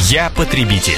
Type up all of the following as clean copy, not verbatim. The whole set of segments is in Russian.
Я потребитель.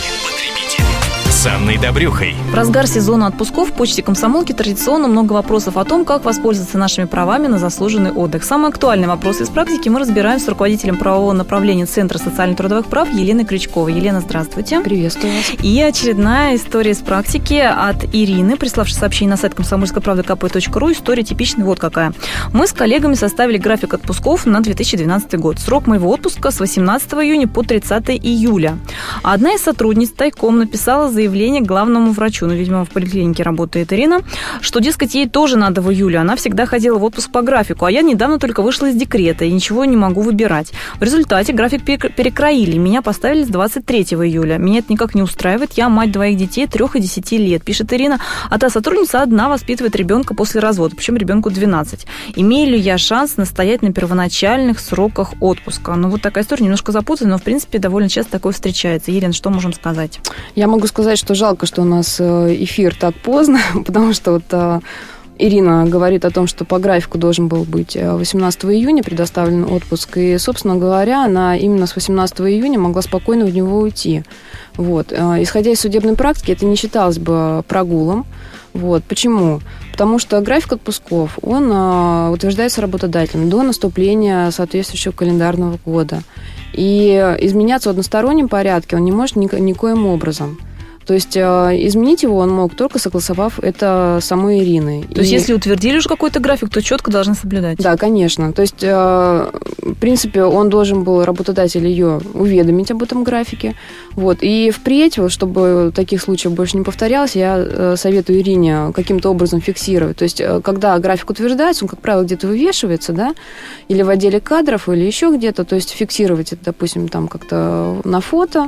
С Анной Добрюхой. В разгар сезона отпусков в почте комсомолки традиционно много вопросов о том, как воспользоваться нашими правами на заслуженный отдых. Самые актуальные вопросы из практики мы разбираем с руководителем правового направления Центра социально-трудовых прав Еленой Крючковой. Елена, здравствуйте. Приветствую вас. И очередная история из практики от Ирины, приславшей сообщение на сайт комсомольскаправда.kp.ру. История типичная вот какая. Мы с коллегами составили график отпусков на 2012 год. Срок моего отпуска с 18 июня по 30 июля. А одна из сотрудниц тайком написала заявление к главному врачу, видимо, в поликлинике работает Ирина, что, дескать, ей тоже надо в июле. Она всегда ходила в отпуск по графику, а я недавно только вышла из декрета и ничего не могу выбирать. В результате график перекроили, меня поставили с 23 июля. Меня это никак не устраивает. Я мать двоих детей, 3 и 10 лет, пишет Ирина, а та сотрудница одна воспитывает ребенка после развода, причем ребенку 12. Имею ли я шанс настоять на первоначальных сроках отпуска? Вот такая история, немножко запутанная, но, в принципе, довольно часто такое встречается. Елена, что можем сказать? Я могу сказать, что жалко, что у нас эфир так поздно, потому что Ирина говорит о том, что по графику должен был быть 18 июня предоставлен отпуск, и, собственно говоря, она именно с 18 июня могла спокойно в него уйти. Исходя из судебной практики, это не считалось бы прогулом. Почему? Потому что график отпусков, он утверждается работодателем до наступления соответствующего календарного года. И изменяться в одностороннем порядке он не может никоим образом. То есть изменить его он мог, только согласовав это самой Ириной. То есть если утвердили уже какой-то график, то четко должны соблюдать? Да, конечно. То есть, в принципе, он должен был, работодатель, ее уведомить об этом графике. И впредь, чтобы таких случаев больше не повторялось, я советую Ирине каким-то образом фиксировать. То есть, когда график утверждается, он, как правило, где-то вывешивается, да, или в отделе кадров, или еще где-то. То есть, фиксировать это, допустим, там как-то на фото.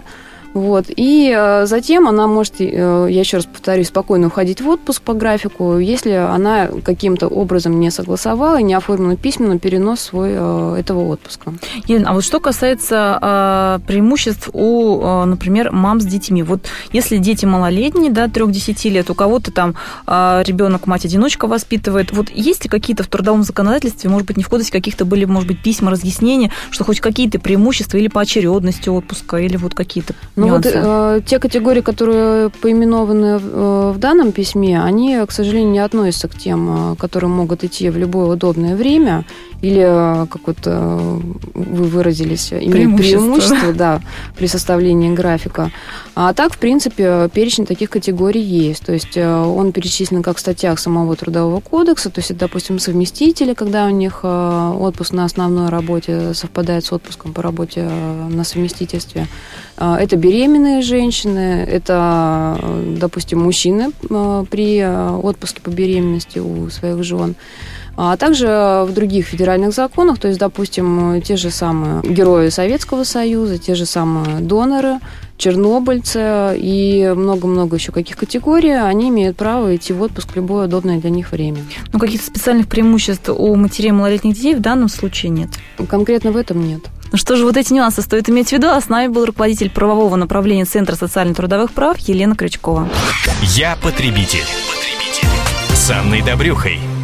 И затем она может, я еще раз повторюсь, спокойно уходить в отпуск по графику, если она каким-то образом не согласовала и не оформила письменно перенос этого отпуска. Елена, а что касается преимуществ у, например, мам с детьми. Если дети малолетние, 3-10 лет, у кого-то там ребенок, мать-одиночка воспитывает, есть ли какие-то в трудовом законодательстве, может быть, не в кодексе каких-то были, может быть, письма, разъяснения, что хоть какие-то преимущества или по очередности отпуска, или какие-то... те категории, которые поименованы в данном письме, они, к сожалению, не относятся к тем, которые могут идти в любое удобное время или, как вы выразились, иметь преимущество при составлении графика. А так, в принципе, перечень таких категорий есть. То есть он перечислен как в статьях самого Трудового кодекса, то есть это, допустим, совместители, когда у них отпуск на основной работе совпадает с отпуском по работе на совместительстве. Это беременные женщины, это, допустим, мужчины при отпуске по беременности у своих жен, а также в других федеральных законах, то есть, допустим, те же самые герои Советского Союза, те же самые доноры, чернобыльцы и много-много еще каких категорий, они имеют право идти в отпуск в любое удобное для них время. Каких-то специальных преимуществ у матерей малолетних детей в данном случае нет? Конкретно в этом нет. Что же, эти нюансы стоит иметь в виду. А с нами был руководитель правового направления Центра социально-трудовых прав Елена Крючкова. Я потребитель. С Анной Добрюхой.